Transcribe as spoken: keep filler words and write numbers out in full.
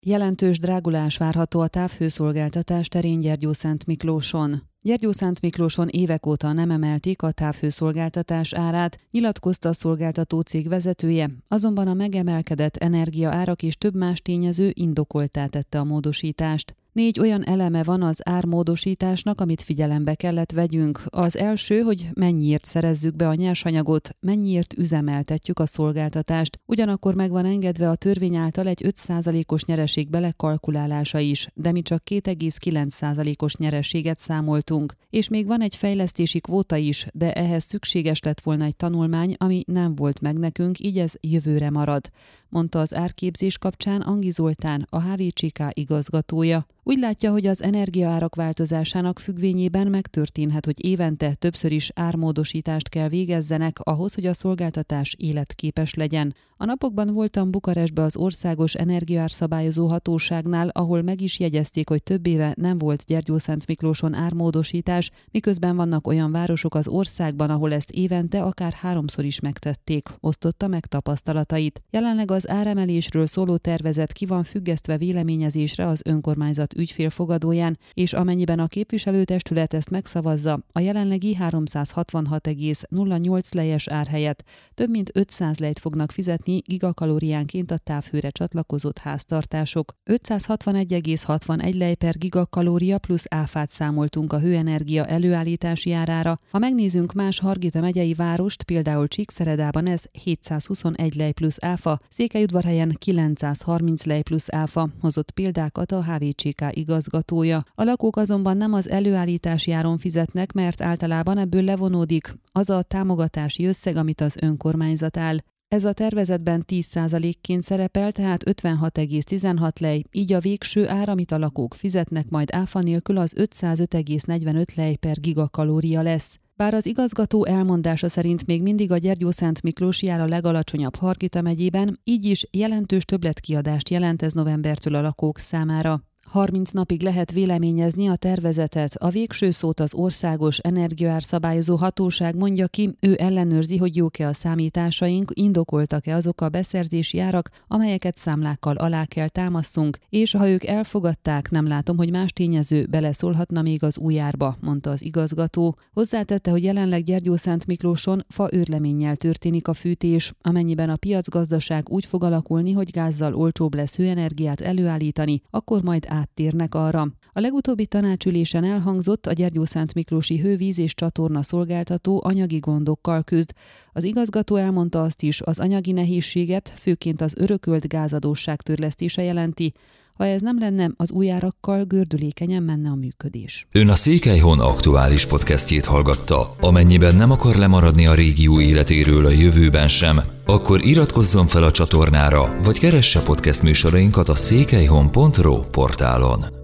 Jelentős drágulás várható a távhőszolgáltatás terén Gyergyószentmiklóson. Gyergyószentmiklóson évek óta nem emelték a távhőszolgáltatás árát, nyilatkozta a szolgáltató cég vezetője, azonban a megemelkedett energiaárak és több más tényező indokolttá tette a módosítást. Négy olyan eleme van az ármódosításnak, amit figyelembe kellett vegyünk. Az első, hogy mennyiért szerezzük be a nyersanyagot, mennyiért üzemeltetjük a szolgáltatást. Ugyanakkor meg van engedve a törvény által egy öt százalékos nyereség belekalkulálása is, de mi csak két egész kilenc százalékos nyereséget számoltunk. És még van egy fejlesztési kvóta is, de ehhez szükséges lett volna egy tanulmány, ami nem volt meg nekünk, így ez jövőre marad, mondta az árképzés kapcsán Angi Zoltán, a há vé cé ká igazgatója. Úgy látja, hogy az energiaárak változásának függvényében megtörténhet, hogy évente többször is ármódosítást kell végezzenek ahhoz, hogy a szolgáltatás életképes legyen. A napokban voltam Bukarestbe az Országos Energiaárszabályozó Hatóságnál, ahol meg is jegyezték, hogy több éve nem volt Gyergyószentmiklóson ármódosítás, miközben vannak olyan városok az országban, ahol ezt évente akár háromszor is megtették, osztotta meg tapasztalatait. Jelenleg az áremelésről szóló tervezet ki van függesztve véleményezésre az önkormányzat ügyfélfogadóján, és amennyiben a képviselőtestület ezt megszavazza, a jelenlegi háromszázhatvanhat egész nulla nyolc lejes ár helyett több mint ötszáz lejt fognak fizetni gigakalóriánként a távhőre csatlakozott háztartások. ötszázhatvanegy egész hatvanegy lej per gigakalória plusz áfát számoltunk a hőenergia előállítási árára. Ha megnézzünk más Hargita megyei várost, például Csíkszeredában ez hétszázhuszonegy lej plusz áfa, Székelyudvarhelyen kilencszázharminc lej plusz áfa, hozott példákat a há vé cé ká igazgatója. A lakók azonban nem az előállítási áron fizetnek, mert általában ebből levonódik az a támogatási összeg, amit az önkormányzat áll. Ez a tervezetben tíz százalékként szerepel, tehát ötvenhat egész tizenhat lej, így a végső ár, amit a lakók fizetnek majd áfa nélkül, az ötszázöt egész negyvenöt lej per gigakalória lesz. Bár az igazgató elmondása szerint még mindig a Gyergyószentmiklósi ár a legalacsonyabb Hargita megyében, így is jelentős többletkiadást jelent ez novembertől a lakók számára. harminc napig lehet véleményezni a tervezetet. A végső szót az Országos Energiaárszabályozó Hatóság mondja ki, ő ellenőrzi, hogy jók-e a számításaink, indokoltak-e azok a beszerzési árak, amelyeket számlákkal alá kell támasszunk, és ha ők elfogadták, nem látom, hogy más tényező beleszólhatna még az új árba, mondta az igazgató. Hozzátette, hogy jelenleg Gyergyószentmiklóson faőrleménnyel történik a fűtés, amennyiben a piacgazdaság úgy fog alakulni, hogy gázzal olcsóbb lesz hőenergiát előállítani, akkor majd áttérnek arra. A legutóbbi tanácsülésen elhangzott, a Gyergyószentmiklósi hővíz és csatorna szolgáltató anyagi gondokkal küzd. Az igazgató elmondta azt is, az anyagi nehézséget főként az örökölt gázadósság törlesztése jelenti. Ha ez nem lenne, az új árakkal gördülékenyen menne a működés. Ön a Székelyhon aktuális podcastjét hallgatta. Amennyiben nem akar lemaradni a régió életéről a jövőben sem, akkor iratkozzon fel a csatornára, vagy keresse podcast műsorainkat a székelyhon pont ro portálon.